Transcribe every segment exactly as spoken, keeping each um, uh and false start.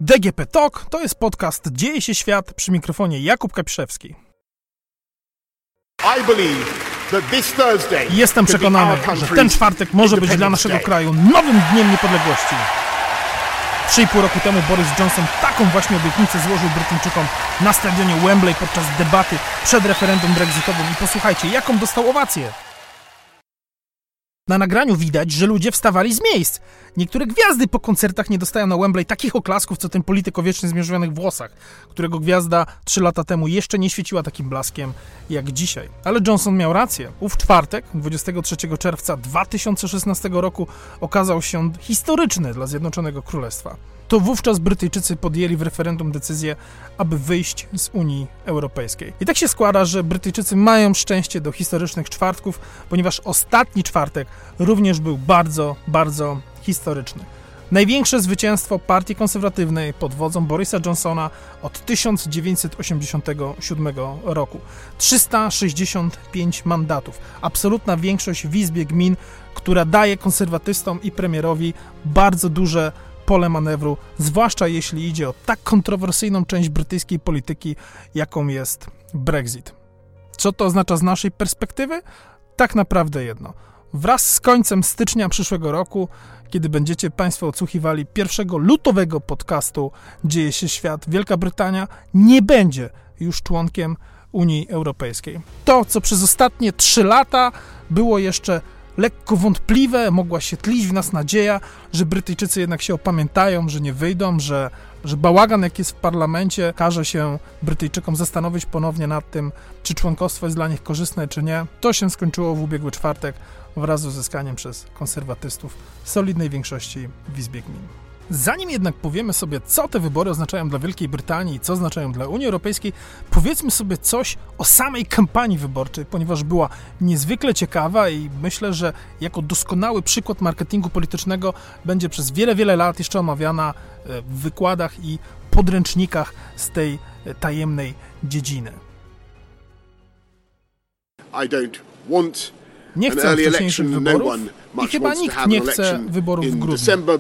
D G P Talk to jest podcast Dzieje się świat, przy mikrofonie Jakub Kapiszewski. I believe that this Thursday Jestem przekonany, że ten czwartek może być dla naszego kraju nowym dniem niepodległości. Trzy i pół roku temu Boris Johnson taką właśnie obietnicę złożył Brytyjczykom na stadionie Wembley podczas debaty przed referendum brexitowym i posłuchajcie, jaką dostał owację. Na nagraniu widać, że ludzie wstawali z miejsc. Niektóre gwiazdy po koncertach nie dostają na Wembley takich oklasków, co ten polityk o wiecznie zmierzwionych włosach, którego gwiazda trzy lata temu jeszcze nie świeciła takim blaskiem jak dzisiaj. Ale Johnson miał rację. Ów czwartek, dwudziestego trzeciego czerwca dwa tysiące szesnastego roku, okazał się historyczny dla Zjednoczonego Królestwa. To wówczas Brytyjczycy podjęli w referendum decyzję, aby wyjść z Unii Europejskiej. I tak się składa, że Brytyjczycy mają szczęście do historycznych czwartków, ponieważ ostatni czwartek również był bardzo, bardzo historyczny. Największe zwycięstwo partii konserwatywnej pod wodzą Borisa Johnsona od tysiąc dziewięćset osiemdziesiątego siódmego roku. trzysta sześćdziesiąt pięć mandatów. Absolutna większość w Izbie Gmin, która daje konserwatystom i premierowi bardzo duże pole manewru, zwłaszcza jeśli idzie o tak kontrowersyjną część brytyjskiej polityki, jaką jest Brexit. Co to oznacza z naszej perspektywy? Tak naprawdę jedno. Wraz z końcem stycznia przyszłego roku, kiedy będziecie Państwo odsłuchiwali pierwszego lutowego podcastu Dzieje się świat, Wielka Brytania nie będzie już członkiem Unii Europejskiej. To, co przez ostatnie trzy lata było jeszcze lekko wątpliwe, mogła się tlić w nas nadzieja, że Brytyjczycy jednak się opamiętają, że nie wyjdą, że, że bałagan, jaki jest w parlamencie, każe się Brytyjczykom zastanowić ponownie nad tym, czy członkostwo jest dla nich korzystne, czy nie. To się skończyło w ubiegły czwartek wraz z uzyskaniem przez konserwatystów solidnej większości w Izbie Gmin. Zanim jednak powiemy sobie, co te wybory oznaczają dla Wielkiej Brytanii i co oznaczają dla Unii Europejskiej, powiedzmy sobie coś o samej kampanii wyborczej, ponieważ była niezwykle ciekawa i myślę, że jako doskonały przykład marketingu politycznego będzie przez wiele, wiele lat jeszcze omawiana w wykładach i podręcznikach z tej tajemnej dziedziny. I don't want nie chcę wcześniejszych wyborów i chyba nikt nie chce wyborów w grudniu.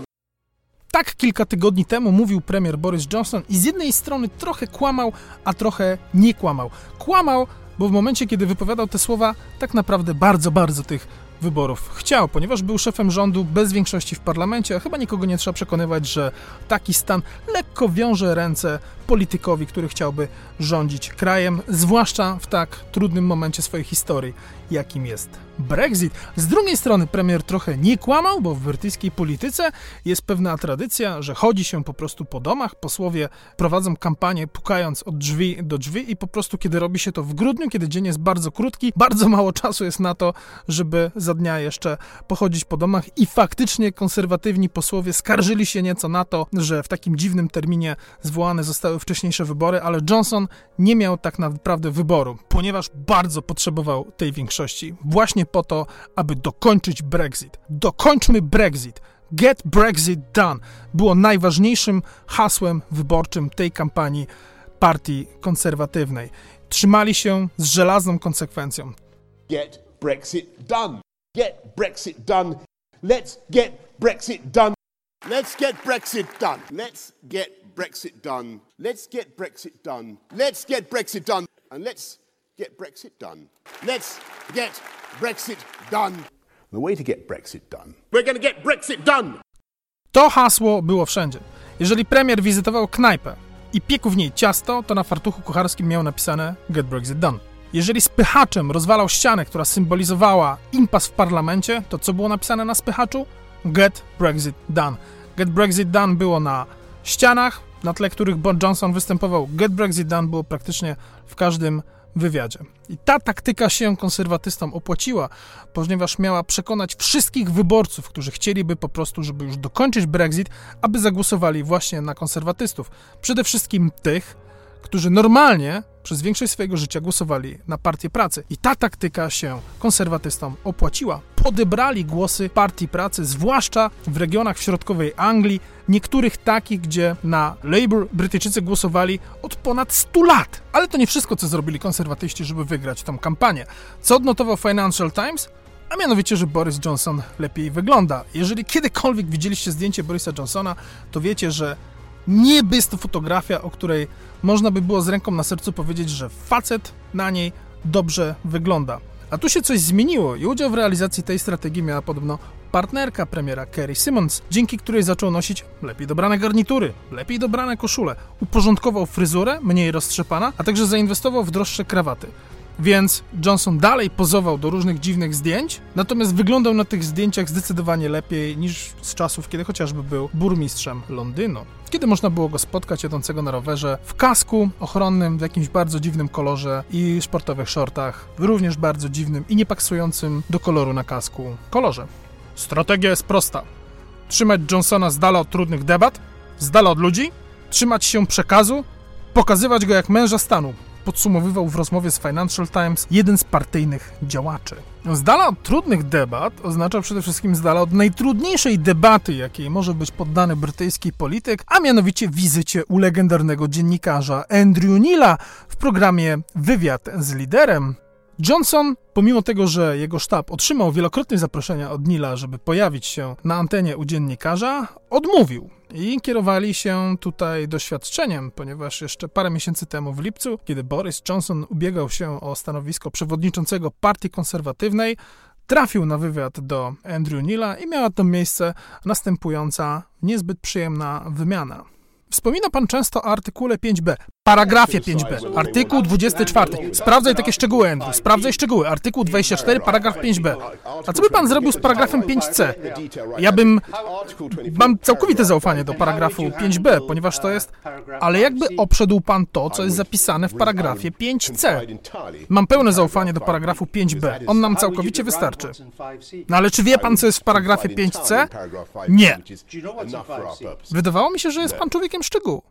Tak kilka tygodni temu mówił premier Boris Johnson i z jednej strony trochę kłamał, a trochę nie kłamał. Kłamał, bo w momencie, kiedy wypowiadał te słowa, tak naprawdę bardzo, bardzo tych wyborów chciał, ponieważ był szefem rządu bez większości w parlamencie, a chyba nikogo nie trzeba przekonywać, że taki stan lekko wiąże ręce politykowi, który chciałby rządzić krajem, zwłaszcza w tak trudnym momencie swojej historii, jakim jest Brexit. Z drugiej strony premier trochę nie kłamał, bo w brytyjskiej polityce jest pewna tradycja, że chodzi się po prostu po domach, posłowie prowadzą kampanię pukając od drzwi do drzwi i po prostu kiedy robi się to w grudniu, kiedy dzień jest bardzo krótki, bardzo mało czasu jest na to, żeby za dnia jeszcze pochodzić po domach i faktycznie konserwatywni posłowie skarżyli się nieco na to, że w takim dziwnym terminie zwołane zostały wcześniejsze wybory, ale Johnson nie miał tak naprawdę wyboru, ponieważ bardzo potrzebował tej większości właśnie po to, aby dokończyć Brexit. Dokończmy Brexit. Get Brexit done było najważniejszym hasłem wyborczym tej kampanii partii konserwatywnej. Trzymali się z żelazną konsekwencją. Get Brexit done. Get Brexit done. Let's get Brexit done. Let's get Brexit done. Let's get Brexit done. Let's get Brexit done. Let's get Brexit done. And let's get Brexit done. Let's get Brexit done. The way to get Brexit done. We're going to get Brexit done. To hasło było wszędzie. Jeżeli premier wizytował knajpę i piekł w niej ciasto, to na fartuchu kucharskim miał napisane Get Brexit done. Jeżeli spychaczem rozwalał ścianę, która symbolizowała impas w parlamencie, to co było napisane na spychaczu? Get Brexit done. Get Brexit done było na ścianach, na tle których Johnson występował. Get Brexit done było praktycznie w każdym wywiadzie. I ta taktyka się konserwatystom opłaciła, ponieważ miała przekonać wszystkich wyborców, którzy chcieliby po prostu, żeby już dokończyć Brexit, aby zagłosowali właśnie na konserwatystów. Przede wszystkim tych, którzy normalnie przez większość swojego życia głosowali na Partię Pracy. I ta taktyka się konserwatystom opłaciła. Podebrali głosy Partii Pracy, zwłaszcza w regionach w środkowej Anglii, niektórych takich, gdzie na Labour Brytyjczycy głosowali od ponad stu lat. Ale to nie wszystko, co zrobili konserwatyści, żeby wygrać tą kampanię. Co odnotował Financial Times? A mianowicie, że Boris Johnson lepiej wygląda. Jeżeli kiedykolwiek widzieliście zdjęcie Borisa Johnsona, to wiecie, że Niby jest to fotografia, o której można by było z ręką na sercu powiedzieć, że facet na niej dobrze wygląda. A tu się coś zmieniło i udział w realizacji tej strategii miała podobno partnerka premiera Kerry Simmons, dzięki której zaczął nosić lepiej dobrane garnitury, lepiej dobrane koszule, uporządkował fryzurę, mniej roztrzepana, a także zainwestował w droższe krawaty. Więc Johnson dalej pozował do różnych dziwnych zdjęć, natomiast wyglądał na tych zdjęciach zdecydowanie lepiej niż z czasów, kiedy chociażby był burmistrzem Londynu. Kiedy można było go spotkać jadącego na rowerze w kasku ochronnym, w jakimś bardzo dziwnym kolorze i sportowych shortach, również bardzo dziwnym i niepasującym do koloru na kasku kolorze. Strategia jest prosta. Trzymać Johnsona z dala od trudnych debat, z dala od ludzi, trzymać się przekazu, pokazywać go jak męża stanu. Podsumowywał w rozmowie z Financial Times jeden z partyjnych działaczy. Z dala od trudnych debat oznacza przede wszystkim z dala od najtrudniejszej debaty, jakiej może być poddany brytyjski polityk, a mianowicie wizycie u legendarnego dziennikarza Andrew Neila w programie Wywiad z liderem. Johnson, pomimo tego, że jego sztab otrzymał wielokrotnie zaproszenia od Neila, żeby pojawić się na antenie u dziennikarza, odmówił. I kierowali się tutaj doświadczeniem, ponieważ jeszcze parę miesięcy temu w lipcu, kiedy Boris Johnson ubiegał się o stanowisko przewodniczącego partii konserwatywnej, trafił na wywiad do Andrew Neila i miała to miejsce następująca niezbyt przyjemna wymiana. Wspomina pan często o artykule pięć b, paragrafie pięć b, artykuł dwudziesty czwarty. Sprawdzaj takie szczegóły, Andrew, sprawdzaj szczegóły. Artykuł dwadzieścia cztery, paragraf pięć b. A co by pan zrobił z paragrafem pięć c? Ja bym... Mam całkowite zaufanie do paragrafu pięć b, ponieważ to jest... Ale jakby obszedł pan to, co jest zapisane w paragrafie pięć c? Mam pełne zaufanie do paragrafu pięć b. On nam całkowicie wystarczy. No ale czy wie pan, co jest w paragrafie pięć c? Nie. Wydawało mi się, że jest pan człowiekiem szczegółu.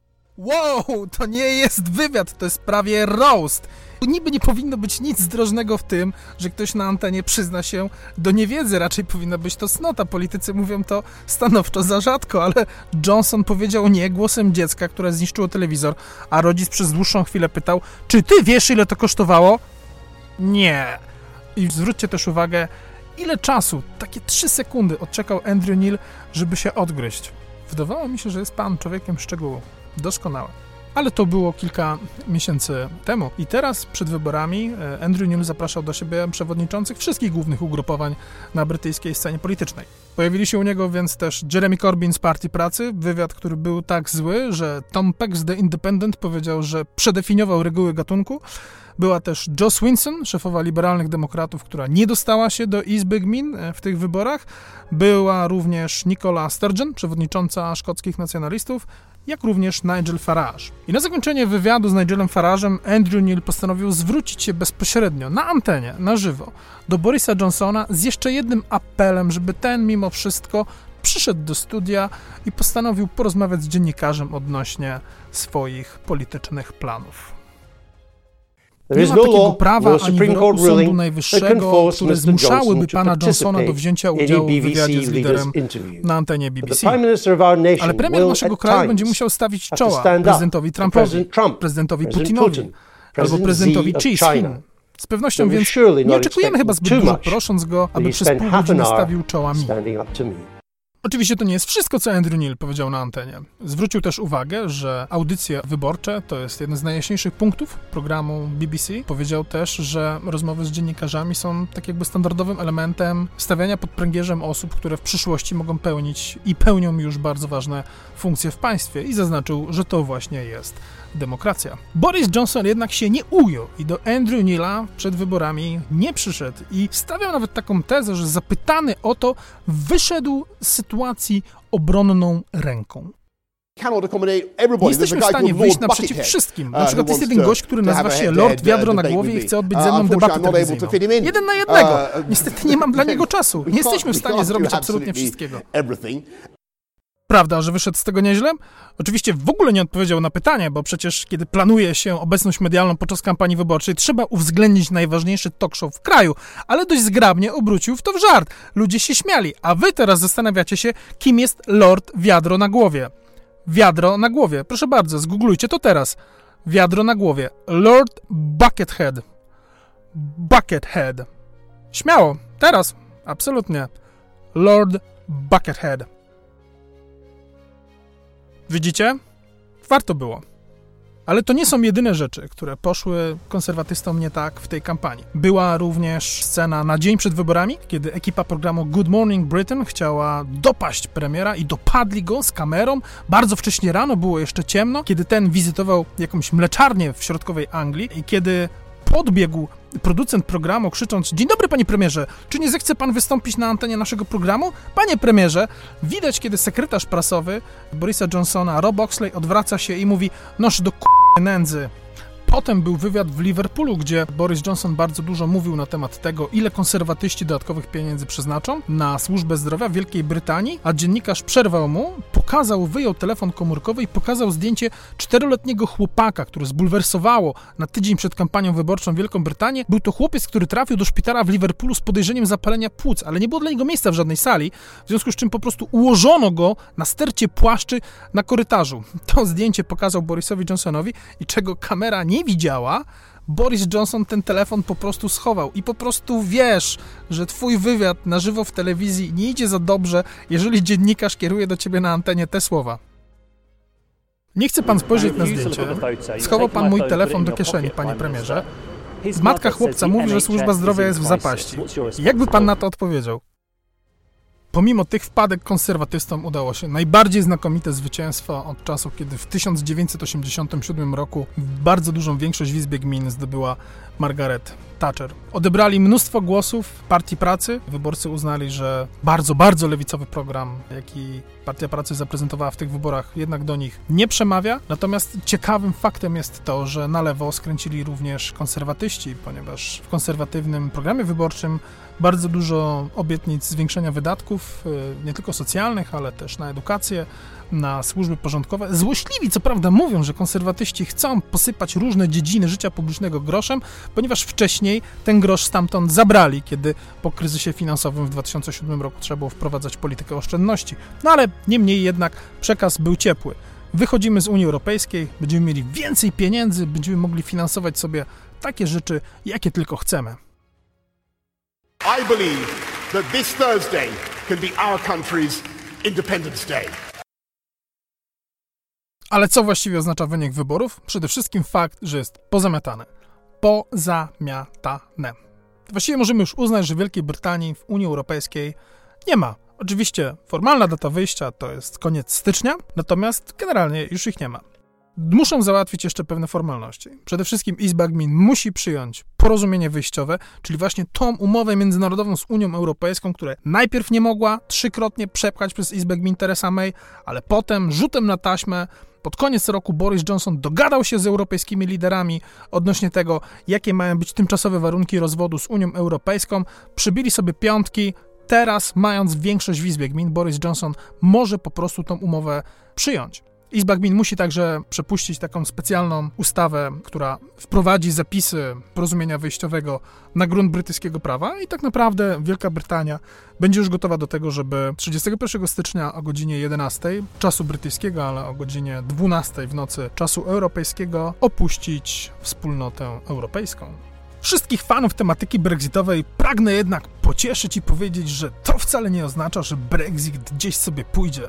Wow, to nie jest wywiad, to jest prawie roast. Niby nie powinno być nic zdrożnego w tym, że ktoś na antenie przyzna się do niewiedzy, raczej powinna być to cnota. Politycy mówią to stanowczo za rzadko, ale Johnson powiedział nie głosem dziecka, które zniszczyło telewizor, a rodzic przez dłuższą chwilę pytał, czy ty wiesz, ile to kosztowało? Nie. I zwróćcie też uwagę, ile czasu, takie trzy sekundy odczekał Andrew Neil, żeby się odgryźć. Wydawało mi się, że jest pan człowiekiem szczegółu. Doskonałe. Ale to było kilka miesięcy temu. I teraz, przed wyborami, Andrew Neil zapraszał do siebie przewodniczących wszystkich głównych ugrupowań na brytyjskiej scenie politycznej. Pojawili się u niego więc też Jeremy Corbyn z Partii Pracy, wywiad, który był tak zły, że Tom Peck z The Independent powiedział, że przedefiniował reguły gatunku. Była też Jo Swinson, szefowa liberalnych demokratów, która nie dostała się do Izby Gmin w tych wyborach. Była również Nicola Sturgeon, przewodnicząca szkockich nacjonalistów, jak również Nigel Farage. I na zakończenie wywiadu z Nigelem Farage'em Andrew Neil postanowił zwrócić się bezpośrednio, na antenie, na żywo, do Borisa Johnsona z jeszcze jednym apelem, żeby ten mimo wszystko przyszedł do studia i postanowił porozmawiać z dziennikarzem odnośnie swoich politycznych planów. Nie ma takiego prawa ani wyroku Sądu Najwyższego, które zmuszałyby pana Johnsona do wzięcia udziału w wywiadzie z liderem na antenie B B C. Ale premier naszego kraju będzie musiał stawić czoła prezydentowi Trumpowi, prezydentowi Putinowi albo prezydentowi Xi Jinping. Z pewnością więc nie oczekujemy chyba zbyt dużo, prosząc go, aby przez pół godziny stawił czoła mi. Oczywiście to nie jest wszystko, co Andrew Neil powiedział na antenie. Zwrócił też uwagę, że audycje wyborcze to jest jeden z najjaśniejszych punktów programu B B C. Powiedział też, że rozmowy z dziennikarzami są tak jakby standardowym elementem stawiania pod pręgierzem osób, które w przyszłości mogą pełnić i pełnią już bardzo ważne funkcje w państwie i zaznaczył, że to właśnie jest demokracja. Boris Johnson jednak się nie ujął i do Andrew Neila przed wyborami nie przyszedł i stawiał nawet taką tezę, że zapytany o to wyszedł z sytuacji obronną ręką. Nie jesteśmy w stanie wyjść naprzeciw wszystkim. Na przykład jest jeden gość, który nazywa się Lord Wiadro na głowie i chce odbyć ze mną debatę telewizyjną. Jeden na jednego. Niestety nie mam dla niego czasu. Nie jesteśmy w stanie zrobić absolutnie wszystkiego. Prawda, że wyszedł z tego nieźle? Oczywiście w ogóle nie odpowiedział na pytanie, bo przecież kiedy planuje się obecność medialną podczas kampanii wyborczej, trzeba uwzględnić najważniejszy talk show w kraju, ale dość zgrabnie obrócił w to w żart. Ludzie się śmiali, a wy teraz zastanawiacie się, kim jest Lord Wiadro na głowie. Wiadro na głowie. Proszę bardzo, zgooglujcie to teraz. Wiadro na głowie. Lord Buckethead. Buckethead. Śmiało. Teraz. Absolutnie. Lord Buckethead. Widzicie? Warto było. Ale to nie są jedyne rzeczy, które poszły konserwatystom nie tak w tej kampanii. Była również scena na dzień przed wyborami, kiedy ekipa programu Good Morning Britain chciała dopaść premiera i dopadli go z kamerą. Bardzo wcześnie rano, było jeszcze ciemno, kiedy ten wizytował jakąś mleczarnię w środkowej Anglii i kiedy podbiegł producent programu, krzycząc: dzień dobry, panie premierze, czy nie zechce pan wystąpić na antenie naszego programu? Panie premierze, widać, kiedy sekretarz prasowy Borisa Johnsona, Rob Oxley, odwraca się i mówi: noż do k***y nędzy. Potem był wywiad w Liverpoolu, gdzie Boris Johnson bardzo dużo mówił na temat tego, ile konserwatyści dodatkowych pieniędzy przeznaczą na służbę zdrowia w Wielkiej Brytanii, a dziennikarz przerwał mu, pokazał, wyjął telefon komórkowy i pokazał zdjęcie czteroletniego chłopaka, które zbulwersowało na tydzień przed kampanią wyborczą Wielką Brytanię. Był to chłopiec, który trafił do szpitala w Liverpoolu z podejrzeniem zapalenia płuc, ale nie było dla niego miejsca w żadnej sali, w związku z czym po prostu ułożono go na stercie płaszczy na korytarzu. To zdjęcie pokazał Borisowi Johnsonowi i czego kamera nie widziała, Boris Johnson ten telefon po prostu schował i po prostu wiesz, że twój wywiad na żywo w telewizji nie idzie za dobrze, jeżeli dziennikarz kieruje do ciebie na antenie te słowa. Nie chce pan spojrzeć na zdjęcie, schował pan mój telefon do kieszeni, panie premierze. Matka chłopca mówi, że służba zdrowia jest w zapaści. Jakby pan na to odpowiedział? Pomimo tych wpadek konserwatystom udało się najbardziej znakomite zwycięstwo od czasu, kiedy w tysiąc dziewięćset osiemdziesiątym siódmym roku bardzo dużą większość w Izbie Gmin zdobyła Margaret Thatcher. Odebrali mnóstwo głosów w Partii Pracy. Wyborcy uznali, że bardzo, bardzo lewicowy program, jaki Partia Pracy zaprezentowała w tych wyborach, jednak do nich nie przemawia. Natomiast ciekawym faktem jest to, że na lewo skręcili również konserwatyści, ponieważ w konserwatywnym programie wyborczym bardzo dużo obietnic zwiększenia wydatków, nie tylko socjalnych, ale też na edukację, na służby porządkowe. Złośliwi, co prawda, mówią, że konserwatyści chcą posypać różne dziedziny życia publicznego groszem, ponieważ wcześniej ten grosz stamtąd zabrali, kiedy po kryzysie finansowym w dwa tysiące siódmym roku trzeba było wprowadzać politykę oszczędności. No ale niemniej jednak przekaz był ciepły. Wychodzimy z Unii Europejskiej, będziemy mieli więcej pieniędzy, będziemy mogli finansować sobie takie rzeczy, jakie tylko chcemy. I believe that this Thursday can be our country's Independence Day. Ale co właściwie oznacza wynik wyborów? Przede wszystkim fakt, że jest pozamiatane. Pozamiatane. Właściwie możemy już uznać, że Wielkiej Brytanii w Unii Europejskiej nie ma. Oczywiście formalna data wyjścia to jest koniec stycznia, natomiast generalnie już ich nie ma. Muszą załatwić jeszcze pewne formalności. Przede wszystkim Izba Gmin musi przyjąć porozumienie wyjściowe, czyli właśnie tą umowę międzynarodową z Unią Europejską, które najpierw nie mogła trzykrotnie przepchać przez Izbę Gmin Theresa May, ale potem rzutem na taśmę pod koniec roku Boris Johnson dogadał się z europejskimi liderami odnośnie tego, jakie mają być tymczasowe warunki rozwodu z Unią Europejską. Przybili sobie piątki. Teraz, mając większość w Izbie Gmin, Boris Johnson może po prostu tą umowę przyjąć. Izba Gmin musi także przepuścić taką specjalną ustawę, która wprowadzi zapisy porozumienia wyjściowego na grunt brytyjskiego prawa i tak naprawdę Wielka Brytania będzie już gotowa do tego, żeby trzydziestego pierwszego stycznia o godzinie jedenastej czasu brytyjskiego, ale o godzinie dwunastej w nocy czasu europejskiego opuścić wspólnotę europejską. Wszystkich fanów tematyki brexitowej pragnę jednak pocieszyć i powiedzieć, że to wcale nie oznacza, że Brexit gdzieś sobie pójdzie.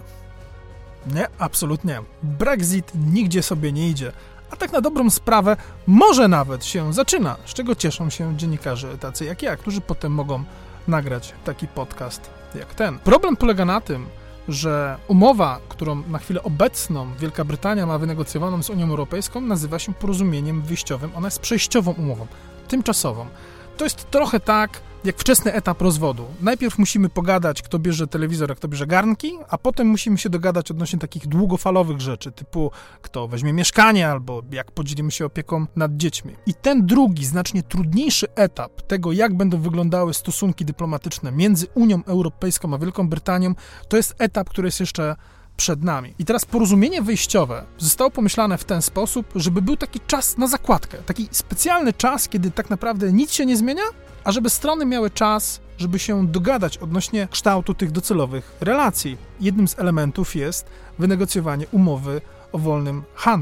Nie, absolutnie. Brexit nigdzie sobie nie idzie, a tak na dobrą sprawę może nawet się zaczyna, z czego cieszą się dziennikarze tacy jak ja, którzy potem mogą nagrać taki podcast jak ten. Problem polega na tym, że umowa, którą na chwilę obecną Wielka Brytania ma wynegocjowaną z Unią Europejską, nazywa się porozumieniem wyjściowym. Ona jest przejściową umową, tymczasową. To jest trochę tak, jak wczesny etap rozwodu. Najpierw musimy pogadać, kto bierze telewizor, a kto bierze garnki, a potem musimy się dogadać odnośnie takich długofalowych rzeczy, typu kto weźmie mieszkanie, albo jak podzielimy się opieką nad dziećmi. I ten drugi, znacznie trudniejszy etap tego, jak będą wyglądały stosunki dyplomatyczne między Unią Europejską a Wielką Brytanią, to jest etap, który jest jeszcze przed nami. I teraz porozumienie wyjściowe zostało pomyślane w ten sposób, żeby był taki czas na zakładkę, taki specjalny czas, kiedy tak naprawdę nic się nie zmienia, a żeby strony miały czas, żeby się dogadać odnośnie kształtu tych docelowych relacji. Jednym z elementów jest wynegocjowanie umowy o wolnym handlu.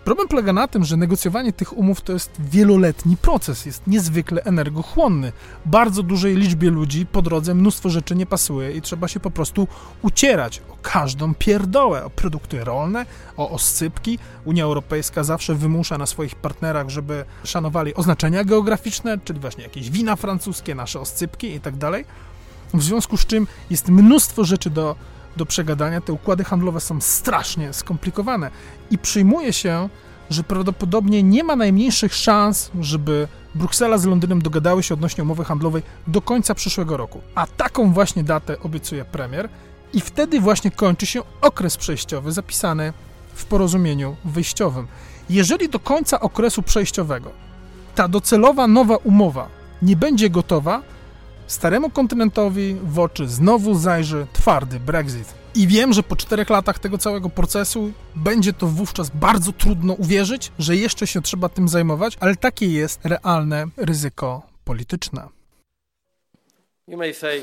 Problem polega na tym, że negocjowanie tych umów to jest wieloletni proces, jest niezwykle energochłonny. Bardzo dużej liczbie ludzi po drodze mnóstwo rzeczy nie pasuje i trzeba się po prostu ucierać o każdą pierdołę, o produkty rolne, o oscypki. Unia Europejska zawsze wymusza na swoich partnerach, żeby szanowali oznaczenia geograficzne, czyli właśnie jakieś wina francuskie, nasze oscypki i tak dalej. W związku z czym jest mnóstwo rzeczy do, do przegadania, te układy handlowe są strasznie skomplikowane i przyjmuje się, że prawdopodobnie nie ma najmniejszych szans, żeby Bruksela z Londynem dogadały się odnośnie umowy handlowej do końca przyszłego roku. A taką właśnie datę obiecuje premier i wtedy właśnie kończy się okres przejściowy zapisany w porozumieniu wyjściowym. Jeżeli do końca okresu przejściowego ta docelowa nowa umowa nie będzie gotowa, staremu kontynentowi w oczy znowu zajrzy twardy Brexit. I wiem, że po czterech latach tego całego procesu będzie to wówczas bardzo trudno uwierzyć, że jeszcze się trzeba tym zajmować, ale takie jest realne ryzyko polityczne. You may say,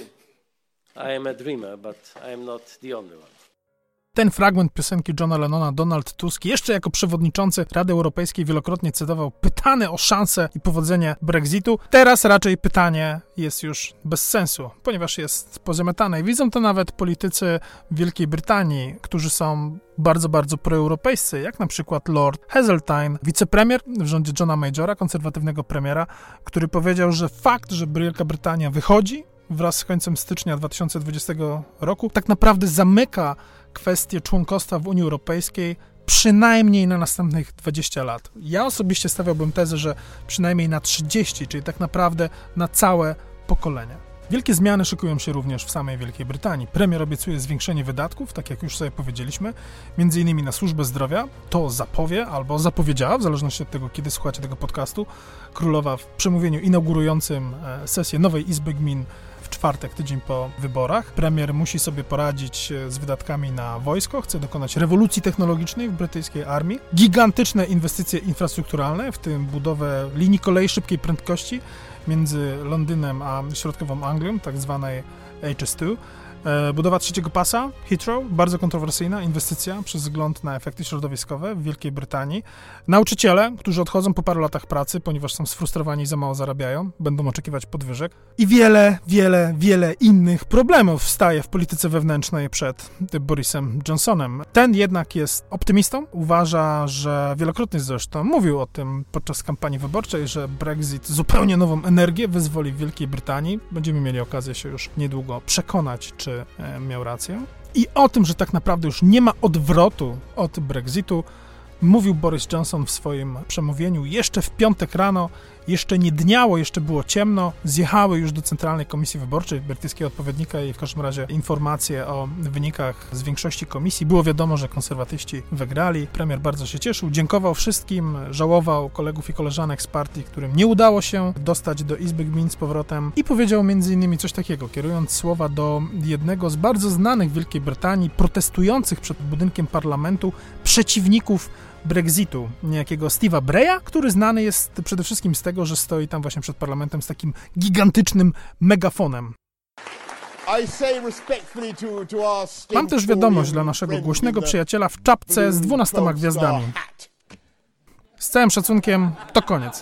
I am a dreamer, but I am not the only one. Ten fragment piosenki Johna Lennona Donald Tusk jeszcze jako przewodniczący Rady Europejskiej wielokrotnie cytował, pytany o szansę i powodzenie Brexitu. Teraz raczej pytanie jest już bez sensu, ponieważ jest pozamiatane. I widzą to nawet politycy Wielkiej Brytanii, którzy są bardzo, bardzo proeuropejscy, jak na przykład Lord Heseltine, wicepremier w rządzie Johna Majora, konserwatywnego premiera, który powiedział, że fakt, że Wielka Brytania wychodzi wraz z końcem stycznia dwa tysiące dwudziestego roku, tak naprawdę zamyka kwestię członkostwa w Unii Europejskiej przynajmniej na następnych dwadzieścia lat. Ja osobiście stawiałbym tezę, że przynajmniej na trzydzieści, czyli tak naprawdę na całe pokolenie. Wielkie zmiany szykują się również w samej Wielkiej Brytanii. Premier obiecuje zwiększenie wydatków, tak jak już sobie powiedzieliśmy, między innymi na służbę zdrowia. To zapowie albo zapowiedziała, w zależności od tego, kiedy słuchacie tego podcastu, królowa w przemówieniu inaugurującym sesję nowej Izby Gmin w czwartek, tydzień po wyborach. Premier musi sobie poradzić z wydatkami na wojsko, chce dokonać rewolucji technologicznej w brytyjskiej armii. Gigantyczne inwestycje infrastrukturalne, w tym budowę linii kolei szybkiej prędkości między Londynem a środkową Anglią, tak zwanej H S dwa. Budowa trzeciego pasa, Heathrow, bardzo kontrowersyjna inwestycja przez wzgląd na efekty środowiskowe w Wielkiej Brytanii. Nauczyciele, którzy odchodzą po paru latach pracy, ponieważ są sfrustrowani i za mało zarabiają, będą oczekiwać podwyżek. I wiele, wiele, wiele innych problemów wstaje w polityce wewnętrznej przed Borisem Johnsonem. Ten jednak jest optymistą, uważa, że wielokrotnie zresztą mówił o tym podczas kampanii wyborczej, że Brexit zupełnie nową energię wyzwoli w Wielkiej Brytanii. Będziemy mieli okazję się już niedługo przekonać, czy miał rację. I o tym, że tak naprawdę już nie ma odwrotu od Brexitu, mówił Boris Johnson w swoim przemówieniu jeszcze w piątek rano. Jeszcze nie dniało, jeszcze było ciemno, zjechały już do Centralnej Komisji Wyborczej, brytyjskiego odpowiednika, i w każdym razie informacje o wynikach z większości komisji. Było wiadomo, że konserwatyści wygrali. Premier bardzo się cieszył, dziękował wszystkim, żałował kolegów i koleżanek z partii, którym nie udało się dostać do Izby Gmin z powrotem, i powiedział między innymi coś takiego, kierując słowa do jednego z bardzo znanych w Wielkiej Brytanii, protestujących przed budynkiem parlamentu przeciwników Brexitu, niejakiego Steve'a Breya, który znany jest przede wszystkim z tego, że stoi tam właśnie przed parlamentem z takim gigantycznym megafonem. Mam też wiadomość dla naszego głośnego przyjaciela w czapce z dwunastoma gwiazdami. Z całym szacunkiem, to koniec.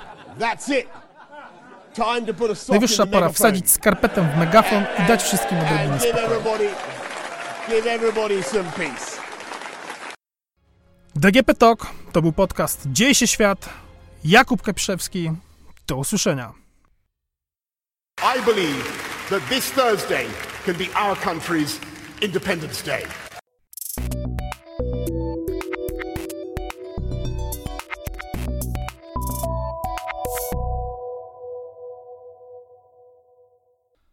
Najwyższa pora wsadzić skarpetę w megafon i dać wszystkim odrobinę spokoju. D G P Talk to był podcast Dzieje się świat. Jakub Kapiszewski. Do usłyszenia. I believe that this Thursday can be our country's Independence Day.